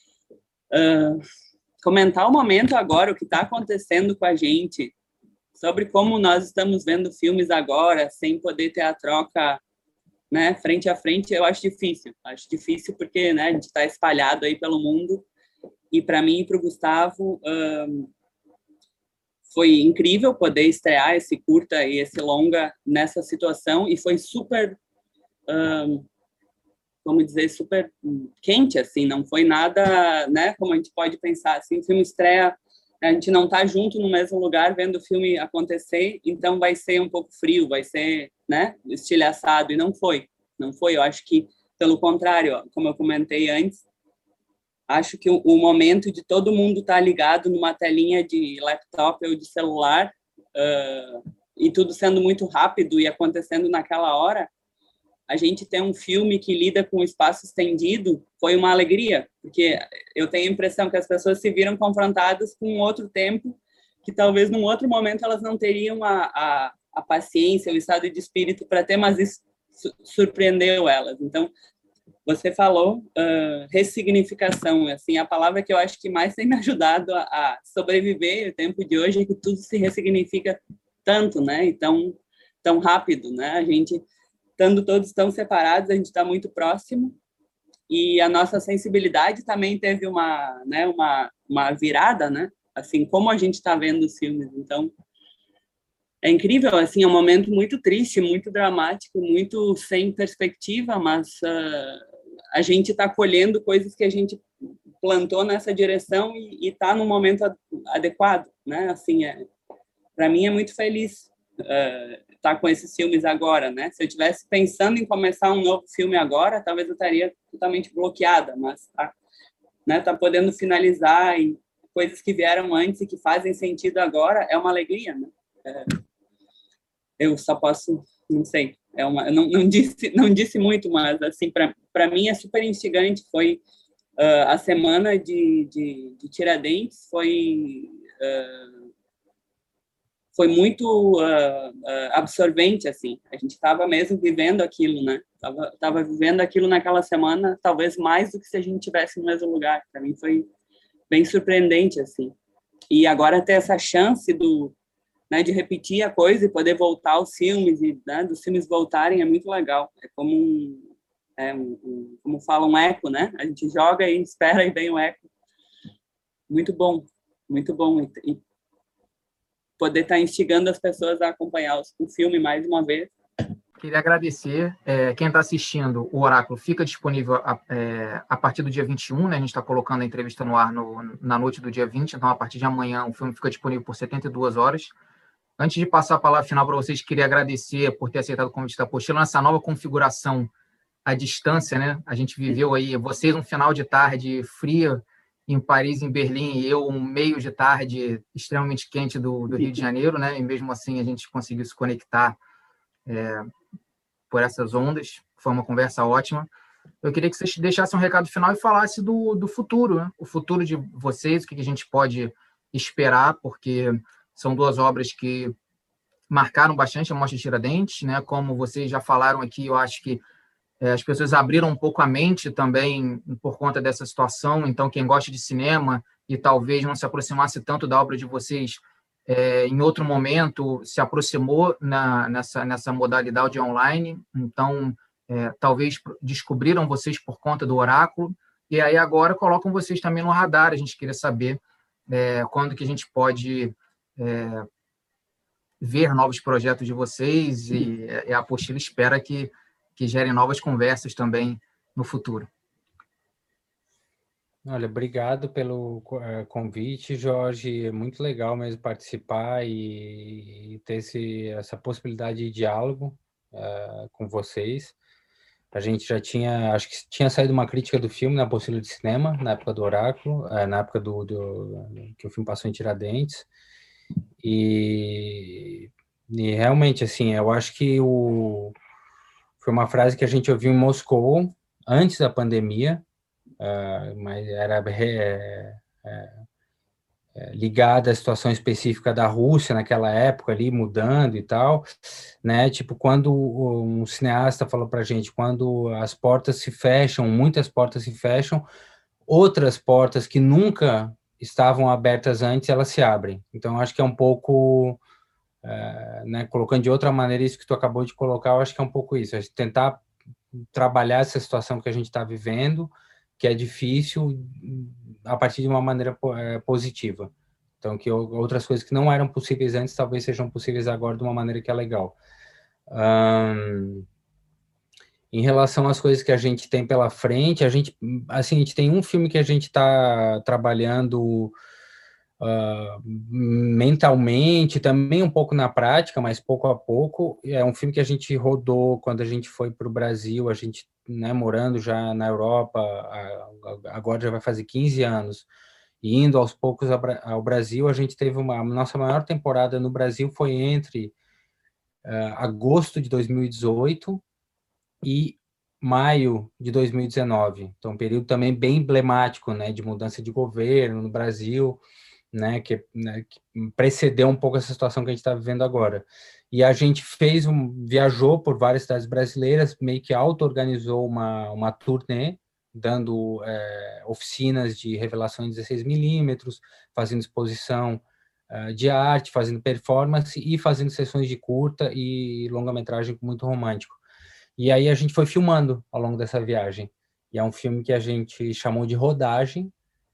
Comentar o momento agora, o que está acontecendo com a gente, sobre como nós estamos vendo filmes agora, sem poder ter a troca, né, frente a frente, eu acho difícil. Acho difícil porque, né, a gente está espalhado aí pelo mundo, e para mim e para o Gustavo foi incrível poder estrear esse curta e esse longa nessa situação, e foi super, como dizer, super quente, assim, não foi nada, né, como a gente pode pensar, assim, o filme estreia, a gente não está junto no mesmo lugar vendo o filme acontecer, então vai ser um pouco frio, vai ser, né, estilhaçado, e não foi, eu acho que, pelo contrário, ó, como eu comentei antes, acho que o momento de todo mundo estar ligado numa telinha de laptop ou de celular, e tudo sendo muito rápido e acontecendo naquela hora, a gente ter um filme que lida com o espaço estendido foi uma alegria, porque eu tenho a impressão que as pessoas se viram confrontadas com um outro tempo, que talvez num outro momento elas não teriam a paciência, o estado de espírito para ter, mas isso surpreendeu elas. Então, você falou ressignificação, assim, a palavra que eu acho que mais tem me ajudado a sobreviver o tempo de hoje é que tudo se ressignifica tanto, né, e tão rápido, né, a gente, estando todos tão separados, a gente está muito próximo, e a nossa sensibilidade também teve uma virada, né, assim, como a gente está vendo os filmes, então, é incrível, assim, é um momento muito triste, muito dramático, muito sem perspectiva, mas a gente está colhendo coisas que a gente plantou nessa direção e está no momento adequado, né? Assim, para mim é muito feliz estar com esses filmes agora, né? Se eu estivesse pensando em começar um novo filme agora, talvez eu estaria totalmente bloqueada, mas tá podendo finalizar e coisas que vieram antes e que fazem sentido agora é uma alegria, né? Eu só posso, não sei, eu não disse muito, mas assim, para mim é super instigante. Foi a semana de Tiradentes, foi muito absorvente, assim. A gente estava mesmo vivendo aquilo, né? Tava vivendo aquilo naquela semana, talvez mais do que se a gente tivesse no mesmo lugar. Para mim foi bem surpreendente, assim. E agora ter essa chance né, de repetir a coisa e poder voltar aos filmes e, né, dos filmes voltarem é muito legal. É como como fala, um eco, né? A gente joga e espera e vem um eco. Muito bom, muito bom. E poder estar instigando as pessoas a acompanhar o filme mais uma vez. Queria agradecer. Quem está assistindo, o Oráculo fica disponível a partir do dia 21, né? A gente está colocando a entrevista no ar na noite do dia 20, então a partir de amanhã o filme fica disponível por 72 horas. Antes de passar a palavra final para vocês, queria agradecer por ter aceitado o convite da Apostila nessa nova configuração à distância, né? A gente viveu aí, vocês um final de tarde fria em Paris, em Berlim, e eu um meio de tarde extremamente quente do Rio de Janeiro, né? E mesmo assim a gente conseguiu se conectar por essas ondas. Foi uma conversa ótima. Eu queria que vocês deixassem um recado final e falassem do futuro, né? O futuro de vocês, o que a gente pode esperar, porque são duas obras que marcaram bastante a Mostra de Tiradentes, né? Como vocês já falaram aqui, eu acho que as pessoas abriram um pouco a mente também por conta dessa situação. Então, quem gosta de cinema e talvez não se aproximasse tanto da obra de vocês em outro momento, se aproximou nessa modalidade online. Então, talvez descobriram vocês por conta do Oráculo. E aí agora colocam vocês também no radar. A gente queria saber quando que a gente pode ver novos projetos de vocês, e a Apostila espera que gerem novas conversas também no futuro. Olha, obrigado pelo convite, Jorge. É muito legal mesmo participar e ter essa possibilidade de diálogo com vocês. A gente já tinha, acho que tinha saído uma crítica do filme na Apostila de Cinema, na época do Oráculo, na época que o filme passou em Tiradentes. E realmente, assim, eu acho que foi uma frase que a gente ouviu em Moscou antes da pandemia, mas era ligada à situação específica da Rússia naquela época ali, mudando e tal, né? Tipo, quando um cineasta falou pra gente, quando as portas se fecham, muitas portas se fecham, outras portas que nunca estavam abertas antes, elas se abrem. Então, acho que é um pouco, né, colocando de outra maneira isso que tu acabou de colocar, eu acho que é um pouco isso, é tentar trabalhar essa situação que a gente está vivendo, que é difícil, a partir de uma maneira positiva. Então, que outras coisas que não eram possíveis antes, talvez sejam possíveis agora de uma maneira que é legal. Em relação às coisas que a gente tem pela frente, a gente tem um filme que a gente está trabalhando mentalmente, também um pouco na prática, mas pouco a pouco. É um filme que a gente rodou quando a gente foi para o Brasil, a gente, né, morando já na Europa, agora já vai fazer 15 anos, e indo aos poucos ao Brasil. A gente teve a nossa maior temporada no Brasil foi entre agosto de 2018 e maio de 2019. Então, um período também bem emblemático, né, de mudança de governo no Brasil, né, que precedeu um pouco essa situação que a gente está vivendo agora. E a gente viajou por várias cidades brasileiras, meio que auto-organizou uma turnê, dando oficinas de revelação em 16mm, fazendo exposição de arte, fazendo performance e fazendo sessões de curta e longa-metragem muito romântico. E aí a gente foi filmando ao longo dessa viagem. E é um filme que a gente chamou de Rodagem,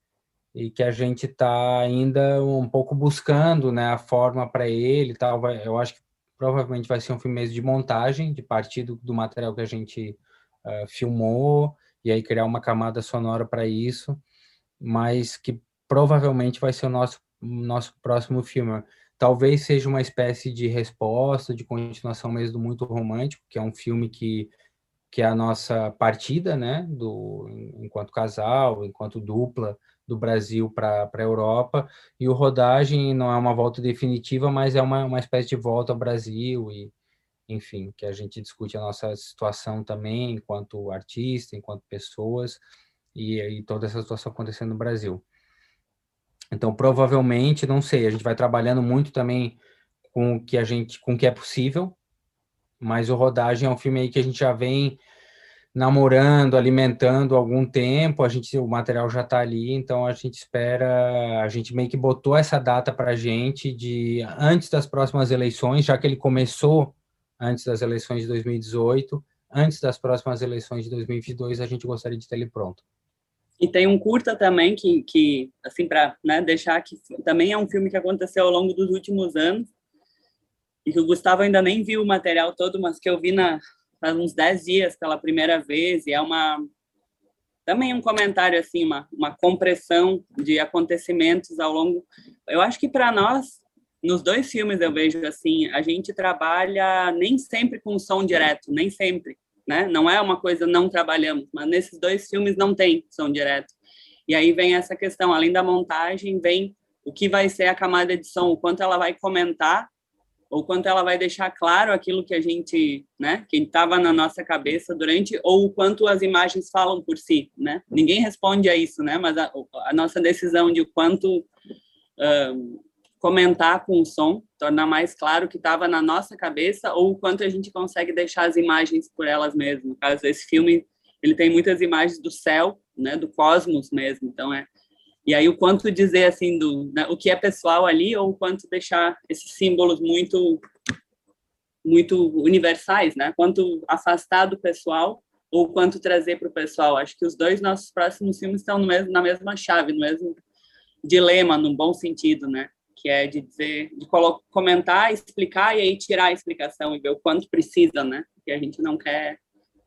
e que a gente está ainda um pouco buscando, né, a forma para ele e tal. Eu acho que provavelmente vai ser um filme mesmo de montagem, de partir do material que a gente filmou, e aí criar uma camada sonora para isso, mas que provavelmente vai ser o nosso próximo filme. Talvez seja uma espécie de resposta, de continuação mesmo do Muito Romântico, que é um filme que é a nossa partida, né, enquanto casal, enquanto dupla, do Brasil para a Europa, e o Rodagem não é uma volta definitiva, mas é uma espécie de volta ao Brasil, e enfim, que a gente discute a nossa situação também, enquanto artista, enquanto pessoas, e toda essa situação acontecendo no Brasil. Então, provavelmente, não sei, a gente vai trabalhando muito também com o que é possível, mas o Rodagem é um filme aí que a gente já vem namorando, alimentando há algum tempo, o material já está ali, então a gente espera, a gente meio que botou essa data para a gente de antes das próximas eleições, já que ele começou antes das eleições de 2018, antes das próximas eleições de 2022, a gente gostaria de ter ele pronto. E tem um curta também que assim, para, né, deixar que também é um filme que aconteceu ao longo dos últimos anos, e que o Gustavo ainda nem viu o material todo, mas que eu vi há uns 10 dias pela primeira vez, e é também um comentário, assim, uma compressão de acontecimentos ao longo. Eu acho que para nós, nos dois filmes eu vejo assim, a gente trabalha nem sempre com som direto, nem sempre, né? Não é uma coisa, não trabalhamos, mas nesses dois filmes não tem som direto. E aí vem essa questão, além da montagem, vem o que vai ser a camada de som, o quanto ela vai comentar, ou quanto ela vai deixar claro aquilo que a gente, né, que estava na nossa cabeça durante, ou o quanto as imagens falam por si, né? Ninguém responde a isso, né? Mas a nossa decisão de o quanto comentar com o som, tornar mais claro o que estava na nossa cabeça, ou o quanto a gente consegue deixar as imagens por elas mesmas. No caso, esse filme, ele tem muitas imagens do céu, né, do cosmos mesmo, então e aí o quanto dizer assim né, o que é pessoal ali, ou o quanto deixar esses símbolos muito universais, né? Quanto afastar do pessoal, ou quanto trazer para o pessoal. Acho que os dois nossos próximos filmes estão na mesma chave, no mesmo dilema, no bom sentido, né? Que é de dizer, de comentar, explicar e aí tirar a explicação e ver o quanto precisa, né? Porque a gente não quer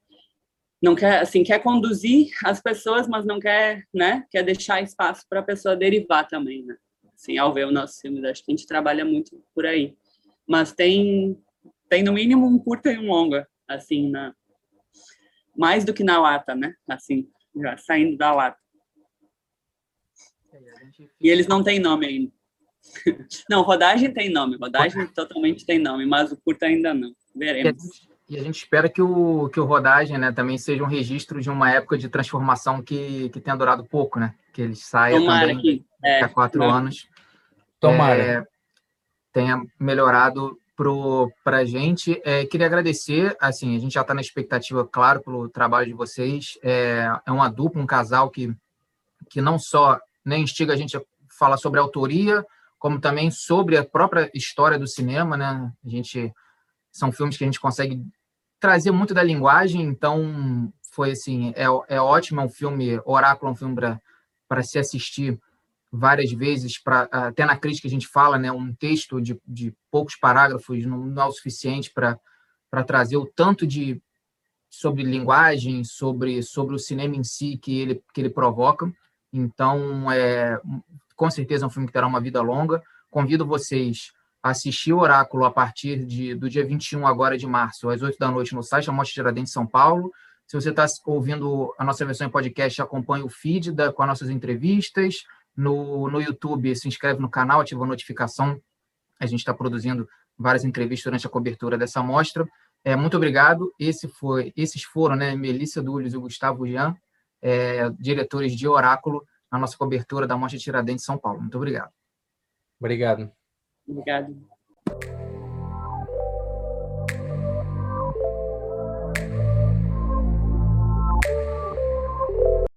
assim, quer conduzir as pessoas, mas não quer, né? Quer deixar espaço para a pessoa derivar também, né? Assim, ao ver o nosso filme, acho que a gente trabalha muito por aí. Mas tem no mínimo um curta e um longa, assim, mais do que na lata, né? Assim, já saindo da lata. E eles não têm nome ainda. Não, Rodagem tem nome, Rodagem totalmente tem nome, mas o curta ainda não. Veremos. E a gente espera que o Rodagem, né, também seja um registro de uma época de transformação que tenha durado pouco, né? Que ele saia Tomara também há 4 anos Tomara. Tenha melhorado para a gente. Queria agradecer, assim, a gente já está na expectativa, claro, pelo trabalho de vocês. É uma dupla, um casal que não só, né, instiga a gente a falar sobre a autoria, como também sobre a própria história do cinema, né? São filmes que a gente consegue trazer muito da linguagem, então foi assim, é ótimo, é um filme, Oráculo é um filme para se assistir várias vezes, até na crítica a gente fala, né, um texto de poucos parágrafos não é o suficiente para trazer o tanto sobre linguagem, sobre o cinema em si que ele provoca. Então, com certeza é um filme que terá uma vida longa. Convido vocês a assistir o Oráculo a partir do dia 21 agora de março, às 8 da noite, no site da Mostra Tiradentes São Paulo. Se você está ouvindo a nossa versão em podcast, acompanhe o feed com as nossas entrevistas. No YouTube, se inscreve no canal, ativa a notificação. A gente está produzindo várias entrevistas durante a cobertura dessa mostra. Muito obrigado. Esses foram, né, Melissa Dúlios e o Gustavo Jean, diretores de Oráculo, na nossa cobertura da Mostra Tiradentes São Paulo. Muito obrigado. Obrigado. Obrigado.